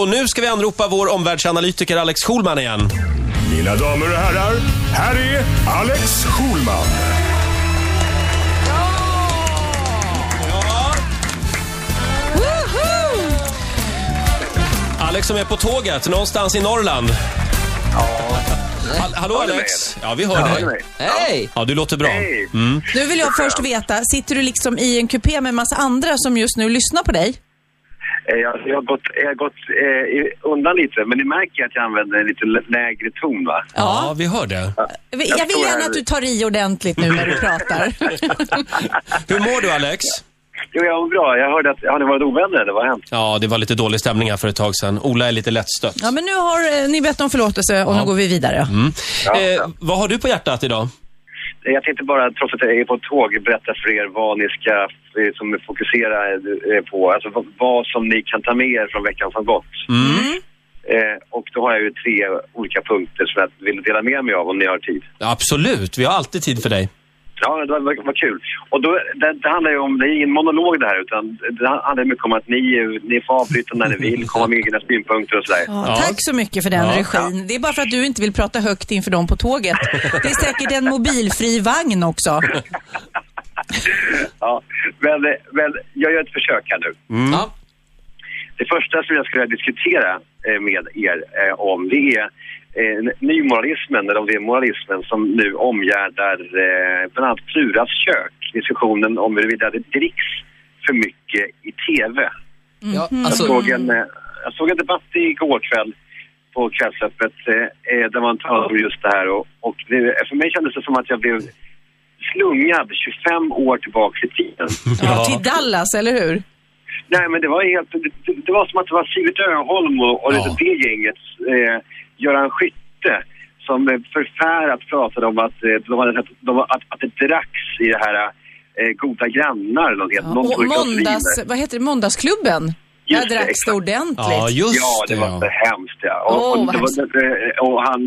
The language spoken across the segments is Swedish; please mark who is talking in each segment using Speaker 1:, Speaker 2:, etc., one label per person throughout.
Speaker 1: Och nu ska vi anropa vår omvärldsanalytiker Alex Schulman igen.
Speaker 2: Mina damer och herrar, här är Alex Schulman.
Speaker 1: Alex som är på tåget någonstans i Norrland. Hallå Alex? Ja, vi hör dig.
Speaker 3: Hej!
Speaker 1: Ja, du låter bra.
Speaker 4: Nu vill jag först veta, sitter du liksom i en kupé med en massa andra som just nu lyssnar på dig?
Speaker 5: Jag har gått undan lite, men ni märker att jag använder en lite lägre ton, va?
Speaker 1: Ja, vi hör det.
Speaker 4: Jag vill gärna att du tar i ordentligt nu när du pratar.
Speaker 1: Hur mår du, Alex?
Speaker 5: Jo, jag mår bra. Jag hörde att har ni varit ovänner, det var hemskt.
Speaker 1: Ja, det var lite dålig stämning här för ett tag sedan. Ola är lite lättstött.
Speaker 4: Ja, men nu har ni bett om förlåtelse och nu går vi vidare.
Speaker 1: Vad har du på hjärtat idag?
Speaker 5: Jag tänkte bara, trots att jag är på ett tåg, berätta för er vad ni ska som fokusera på. Alltså vad som ni kan ta med er från veckan som gått. Och då har jag ju 3 olika punkter som jag vill dela med mig av om ni har tid.
Speaker 1: Absolut, vi har alltid tid för dig.
Speaker 5: Ja, det var kul. Och då, det handlar ju om, det är ingen monolog det här, utan det handlar mycket om att ni får avbryta när ni vill, komma med egna synpunkter och sådär.
Speaker 4: Ja, tack så mycket för den regin. Det är bara för att du inte vill prata högt inför dem på tåget. Det är säkert en mobilfri vagn också.
Speaker 5: Ja, men jag gör ett försök här nu.
Speaker 3: Ja.
Speaker 5: Det första som jag skulle diskutera med er om, det är nymoralismen, eller om det är moralismen som nu omgärdar bland annat Pluras kök. Diskussionen om huruvida det dricks för mycket i tv.
Speaker 3: Ja, alltså...
Speaker 5: Jag såg en debatt igår kväll på Kvällsöppet där man talade om just det här. Och för mig kändes det som att jag blev slungad 25 år tillbaka i tiden.
Speaker 4: Ja, till Dallas, eller hur?
Speaker 5: Nej, men det var helt... Det var som att det var Sivert Öholm och det gänget... Göran Skytte som förfärat pratade om att att det dracks i det här goda grannar eller något.
Speaker 4: Och vad heter det? Måndagsklubben? Där dracks det ordentligt.
Speaker 1: Ja, just
Speaker 5: det var så hemskt. Ja. Och han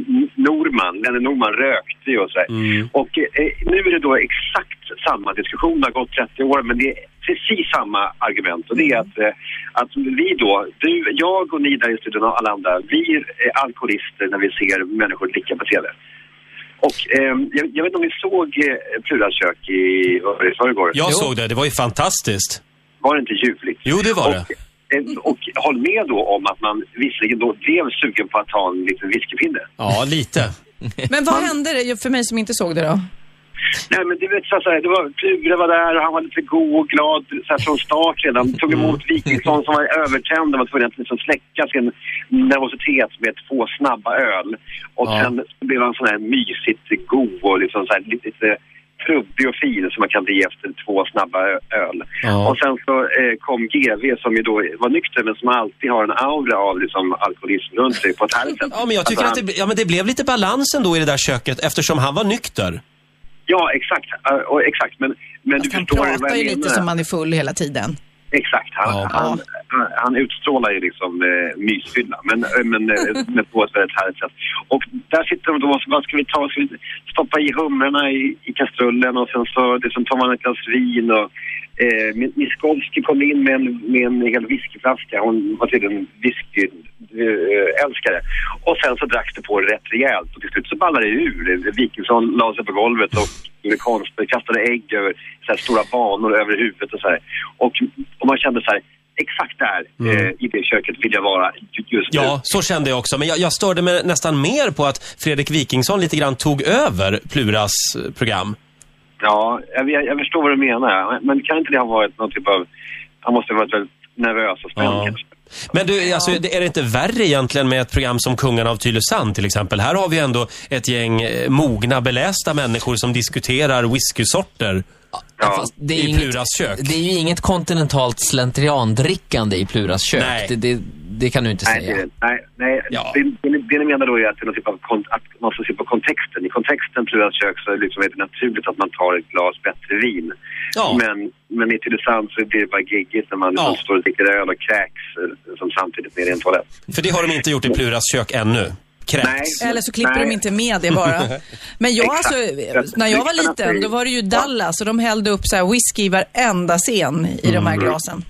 Speaker 5: Lenne Norman rökte ju och så här. Och nu är det då exakt samma diskussion, det har gått 30 år, men det är precis samma argument. Och det är att vi då, jag och ni där i studion och alla andra, vi är alkoholister när vi ser människor dricka på tv. Och jag vet inte om ni såg Pluras kök i förrgår.
Speaker 1: Jag såg det, det var ju fantastiskt.
Speaker 5: Var det inte ljuvligt?
Speaker 1: Jo, det var det.
Speaker 5: Och håll med då om att man visserligen då blev sugen på att ta en liten whiskypinne.
Speaker 1: Ja, lite.
Speaker 4: Men vad hände för mig som inte såg det då?
Speaker 5: Nej, men du vet så här, det var Plura var där och han var lite god och glad så här, från start redan. Tog emot Wikingsson som var övertänd och var tvungen att liksom släcka sin nervositet med 2 snabba öl. Och sen blev han sån här mysigt god och liksom så här, lite trubbig och fin som man kan bli efter 2 snabba öl. Och sen så kom GV som ju då var nykter men som alltid har en aura av liksom alkoholism runt sig på ett härligt sätt.
Speaker 1: Ja, men jag tycker alltså, att det blev lite balansen då i det där köket eftersom han var nykter.
Speaker 5: Ja, exakt. Men du förstår vad jag menar.
Speaker 4: Han pratar ju lite som man är full hela tiden.
Speaker 5: Exakt. Han utstrålar ju liksom mysfylla. Men på ett väldigt härligt sätt. Och där sitter de då, vad ska vi ta? Ska vi stoppa i humrarna i kastrullen och sen så liksom tar man ett glas vin och Miskolski kom in med en hel whiskyflaska. Hon var tydligen whiskyälskare. Och sen så dracks det på rätt rejält. Och till slut så ballade det ur. Wikingsson la sig på golvet och kastade ägg över så här stora banor över huvudet och så här. Och man kände så här, exakt där i det köket vill jag vara just nu.
Speaker 1: Ja, så kände jag också. Men jag störde mig nästan mer på att Fredrik Wikingsson lite grann tog över Pluras program. Ja,
Speaker 5: jag förstår vad du menar. Men kan inte det ha varit någon typ av... Han måste ha varit väldigt nervös och spänd kanske.
Speaker 1: Men du, alltså, är det inte värre egentligen med ett program som Kungarna av Tylösand till exempel? Här har vi ändå ett gäng mogna, belästa människor som diskuterar whiskysorter.
Speaker 3: Ja. Det är
Speaker 1: i Pluras kök.
Speaker 3: Det är ju inget kontinentalt slentriandrickande i Pluras kök. Det kan du inte säga.
Speaker 5: Nej. Ja. Det ni menar då är att det är någon typ av att man ska se på kontexten. I kontexten Pluras kök så liksom är det naturligt att man tar ett glas bättre vin. Ja. Men i Tylösand så blir det bara giggigt när man liksom står och dricker öl och kräks som samtidigt med en toalett.
Speaker 1: För det har de inte gjort i Pluras kök ännu.
Speaker 4: Eller så klipper de inte med det bara. Men när jag var liten, då var det ju Dallas och de hällde upp så här whisky i varenda scen i de här glasen.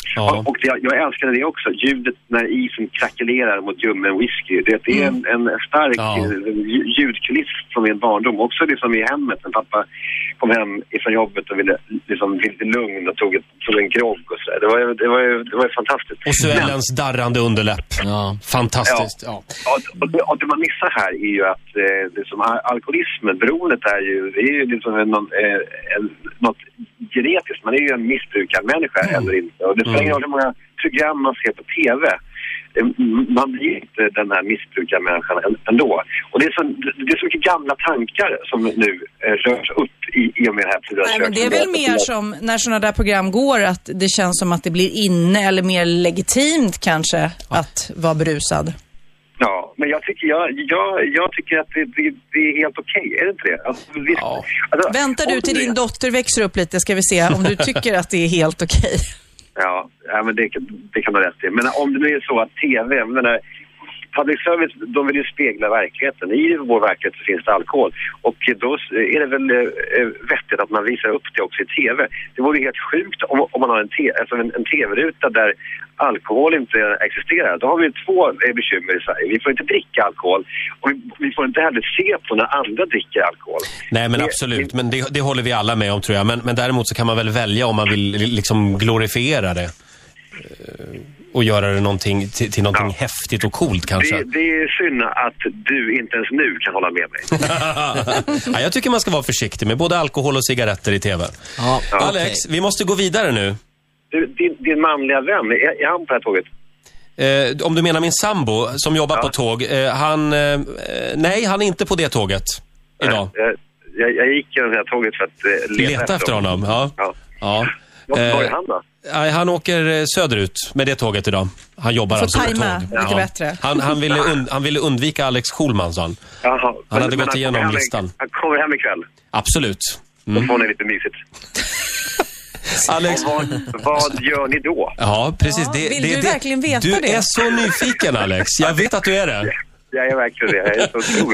Speaker 1: Ja.
Speaker 5: Och jag älskade det också. Ljudet när isen krackelerar mot ljummen whisky. Det är en stark ljudkuliss från min barndom. Också liksom i hemmet när pappa kom hem ifrån jobbet och ville lite lugn och tog en grogg och så. Det var fantastiskt.
Speaker 1: Och Suellens darrande underläpp. Ja. Fantastiskt. Ja.
Speaker 5: Och det man missar här är ju att alkoholismen, beroendet är ju liksom något genetiskt. Man är ju en missbrukarmänniska eller inte. Och det spelar ingen roll hur många program man ser på TV. Man blir inte den här missbrukarmänniskan ändå. Och det är så mycket gamla tankar som nu rörs upp i och med det här.
Speaker 4: Nej, men det är väl mer som när sådana där program går att det känns som att det blir inne eller mer legitimt kanske att vara berusad.
Speaker 5: Ja, men jag tycker att det är helt okej, är det inte det?
Speaker 4: Väntar du till din dotter växer upp lite, ska vi se om du tycker att det är helt okej.
Speaker 5: Ja, men det kan du rätt i. Men om det nu är så att TV, public service, de vill ju spegla verkligheten. I vår verklighet så finns det alkohol. Och då är det väl vettigt att man visar upp det också i TV. Det vore helt sjukt om man har en TV-ruta där alkohol inte existerar. Då har vi 2 bekymmer i Sverige. Vi får inte dricka alkohol och vi får inte heller se på när andra dricker alkohol.
Speaker 1: Nej, men absolut. Men det håller vi alla med om, tror jag. Men däremot så kan man väl välja om man vill liksom glorifiera det. Och göra det till någonting häftigt och coolt kanske.
Speaker 5: Det är synd att du inte ens nu kan hålla med mig.
Speaker 1: Ja, jag tycker man ska vara försiktig med både alkohol och cigaretter i TV. Ja. Alex, vi måste gå vidare nu.
Speaker 5: Din manliga vän, är han på det här tåget?
Speaker 1: Om du menar min sambo som jobbar på tåg, nej, han är inte på det tåget idag.
Speaker 5: Jag gick i det här tåget för att leta efter honom.
Speaker 1: Ja.
Speaker 5: Var är han då?
Speaker 1: Han åker söderut med det tåget idag. Han jobbar alltså på tåg.
Speaker 4: Lite bättre.
Speaker 1: Han ville undvika Alex Schulman, sa han.
Speaker 5: Jaha.
Speaker 1: Han hade gått igenom listan.
Speaker 5: Han kommer hem ikväll.
Speaker 1: Absolut.
Speaker 5: Då får ni lite mysigt.
Speaker 1: Alex,
Speaker 5: vad gör ni då?
Speaker 1: Ja, precis.
Speaker 4: Ja, vill du verkligen veta
Speaker 1: det?
Speaker 4: det?
Speaker 1: Du är så nyfiken, Alex. Jag vet att du är det.
Speaker 5: Jag är verkligen det. Jag är så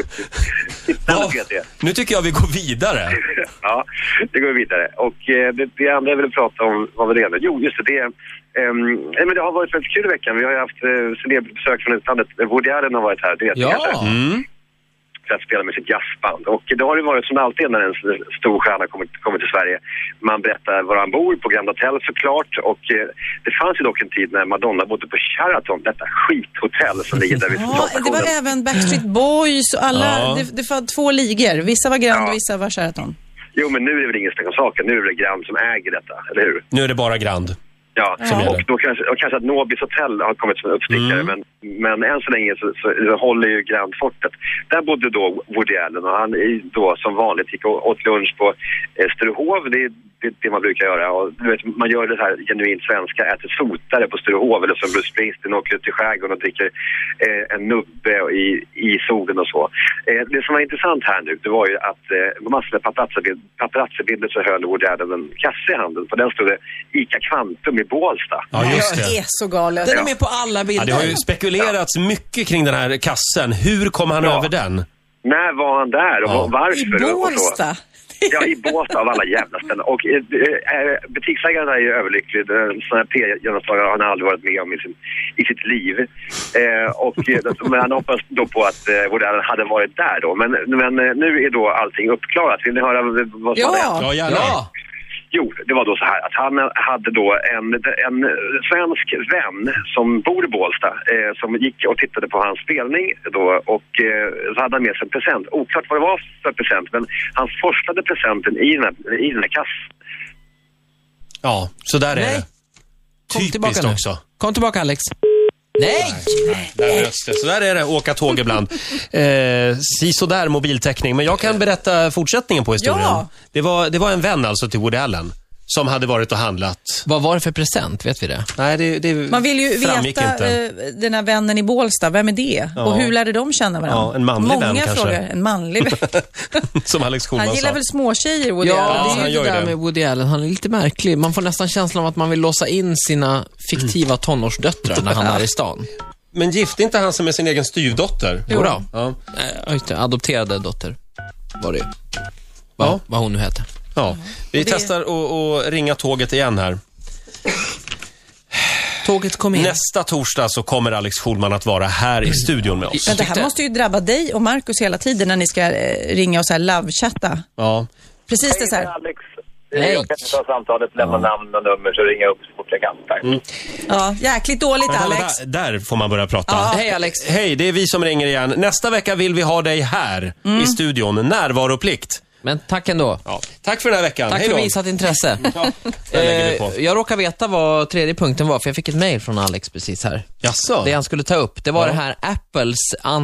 Speaker 5: otroligt.
Speaker 1: Nu tycker jag vi går vidare.
Speaker 5: Ja, det går vidare. Och det andra jag ville prata om, vad var det nu? Jo, just det. Men det har varit väldigt kul i veckan. Vi har ju haft celebrbesök från utlandet. Woody Allen har varit här, det vet jag kanske. För att spela med sitt jazzband. Och det har ju varit som alltid när en stor stjärna kommer till Sverige. Man berättar var han bor, på Grand Hotel såklart. Och det fanns ju dock en tid när Madonna bodde på Sheraton, detta skithotell som ligger där vid
Speaker 4: Centralstationen. Det var även Backstreet Boys och alla, det var 2 ligor. Vissa var Grand och vissa var Sheraton.
Speaker 5: Jo, men nu är det väl ingen snack om saken. Nu är det Grand som äger detta, eller hur?
Speaker 1: Nu är det bara Grand.
Speaker 5: Ja, och då kanske att Nobis hotell har kommit som en uppstickare, men än så länge så håller ju Grand fortet. Där bodde då Woody Allen och han då som vanligt gick och åt lunch på Sturehov. Det är det man brukar göra. Och du vet, man gör det här genuint svenska, äter sotare på Sturehov eller som Bruce Springsteen åker ut till skärgården och dricker en nubbe i solen och så. Det som var intressant här nu, det var ju att massor med paparazzi-bilder så höll Woody Allen en kasse i handen. På den stod det Ica Kvantum i Bålsta.
Speaker 1: Ja, just det.
Speaker 4: Det är så galet. Den är med på alla bilder.
Speaker 1: Ja, det har ju spekulerats mycket kring den här kassen. Hur kom han över den?
Speaker 5: När var han där och varför?
Speaker 4: I Bålsta.
Speaker 5: Ja, i Bålsta av alla jävla ställen. Och butiksägaren är ju överlycklig. Sådana här P-genomslagare har han aldrig varit med om i sitt liv. Men han hoppas då på att Woody Allen hade varit där då. Men nu är då allting uppklarat. Vill ni höra vad som hände?
Speaker 1: Ja, gärna.
Speaker 5: Jo, det var då så här att han hade då en svensk vän som bor i Bålsta som gick och tittade på hans spelning då, och så hade han med sig en present. Oklart vad det var för present, men han forslade presenten i den här kassan.
Speaker 1: Ja, så där är det.
Speaker 3: Typiskt också. Kom tillbaka, Alex. Nej!
Speaker 1: Så där är det, åka tåg ibland. Så där mobiltäckning. Men jag kan berätta fortsättningen på historien.
Speaker 4: Ja.
Speaker 1: Det var en vän alltså till Woody Allen som hade varit och handlat.
Speaker 3: Vad var det för present, vet vi det?
Speaker 1: Nej, det
Speaker 4: man vill ju veta den här vännen i Bålsta, vem är det? Ja. Och hur lärde de känna varandra?
Speaker 1: Ja, en manlig vän kanske.
Speaker 4: Många frågor, en manlig vän.
Speaker 1: Som Alex Schulman sa.
Speaker 4: Han gillar väl småtjejer, Woody Allen.
Speaker 3: Ja, det är ju det där med Woody Allen. Han är lite märklig. Man får nästan känslan av att man vill låsa in sina fiktiva tonårsdöttrar när han är i stan.
Speaker 1: Men gifte inte han sig med sin egen styvdotter?
Speaker 3: Jo då.
Speaker 1: Ja.
Speaker 3: Adopterade dotter var det ju. Vad hon nu heter.
Speaker 1: Ja, vi testar att ringa tåget igen här.
Speaker 3: Tåget kom in.
Speaker 1: Nästa torsdag så kommer Alex Schulman att vara här i studion med oss.
Speaker 4: Men det här måste ju drabba dig och Marcus hela tiden när ni ska ringa och så här love-chatta.
Speaker 1: Ja.
Speaker 4: Precis det så här.
Speaker 6: Alex.
Speaker 3: Hej.
Speaker 6: Jag kan ta samtalet, lämna namn och nummer så ringer jag upp så fort jag kan. Tack.
Speaker 4: Ja, jäkligt dåligt Alex.
Speaker 1: Där får man börja prata.
Speaker 3: Ja. Hej Alex.
Speaker 1: Hej, det är vi som ringer igen. Nästa vecka vill vi ha dig här i studion. Närvaroplikt.
Speaker 3: Men tack ändå.
Speaker 1: Ja. Tack för den här veckan.
Speaker 3: Tack
Speaker 1: Hej
Speaker 3: för
Speaker 1: då.
Speaker 3: visat intresse.
Speaker 1: Ja, där lägger vi på.
Speaker 3: Jag råkar veta vad tredje punkten var, för jag fick ett mejl från Alex precis här.
Speaker 1: Jaså?
Speaker 3: Det han skulle ta upp, det var det här Apples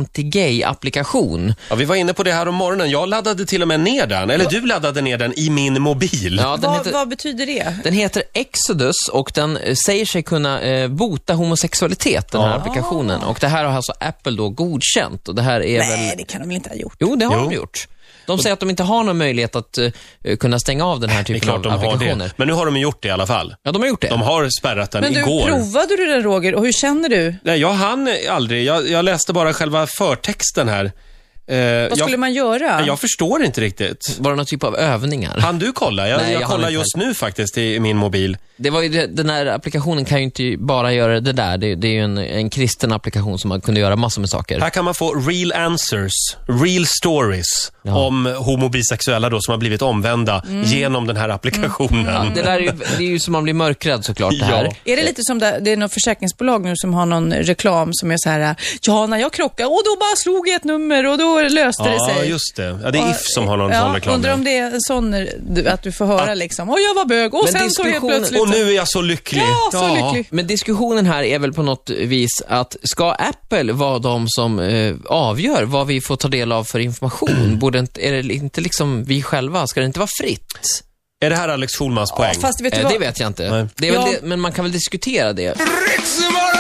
Speaker 3: anti-gay-applikation.
Speaker 1: Ja, vi var inne på det här om morgonen. Jag laddade till och med ner den. Eller du laddade ner den i min mobil.
Speaker 3: Ja,
Speaker 4: Vad betyder det?
Speaker 3: Den heter Exodus och den säger sig kunna bota homosexualitet, den här applikationen. Och det här har alltså Apple då godkänt. Och det här är
Speaker 4: Nej, det kan de väl inte ha gjort.
Speaker 3: Jo, det har de gjort. De säger att de inte har någon möjlighet att kunna stänga av den här typen av applikationer.
Speaker 1: Det. Men nu har de gjort det i alla fall.
Speaker 3: Ja, de har gjort det.
Speaker 1: De har spärrat den igår.
Speaker 4: Men provade du den Roger och hur känner du?
Speaker 1: Nej, jag hann aldrig. Jag läste bara själva förtexten här.
Speaker 4: Vad skulle man göra?
Speaker 1: Jag förstår inte riktigt.
Speaker 3: Var det någon typ av övningar?
Speaker 1: Han du kolla?
Speaker 3: Nej,
Speaker 1: jag
Speaker 3: jag
Speaker 1: kollar
Speaker 3: hann
Speaker 1: just nu faktiskt i min mobil.
Speaker 3: Det var ju den här applikationen kan ju inte bara göra det där. Det är ju en kristen applikation som man kunde göra massor med saker.
Speaker 1: Här kan man få real answers, real stories om homobisexuella då som har blivit omvända genom den här applikationen.
Speaker 3: Ja, det är ju som man blir mörkrädd såklart det här.
Speaker 4: Är det lite som det är något försäkringsbolag nu som har någon reklam som är så här: ja, när jag krockade och då bara slog jag ett nummer och då löste det sig.
Speaker 1: Ja, just det. Ja, det är If som har någon sån reklam.
Speaker 4: Undrar om det är en sån att du får höra liksom, jag var bög och
Speaker 3: Men
Speaker 4: sen så helt plötsligt.
Speaker 1: Och nu är jag så lycklig.
Speaker 4: Ja, så lycklig.
Speaker 3: Men diskussionen här är väl på något vis att ska Apple vara de som avgör vad vi får ta del av för information? Är det inte liksom vi själva? Ska det inte vara fritt?
Speaker 1: Är det här Alex Schulmans poäng?
Speaker 4: Fast vet du vad?
Speaker 3: Det vet jag inte.
Speaker 1: Nej.
Speaker 3: Det är väl det, men man kan väl diskutera det.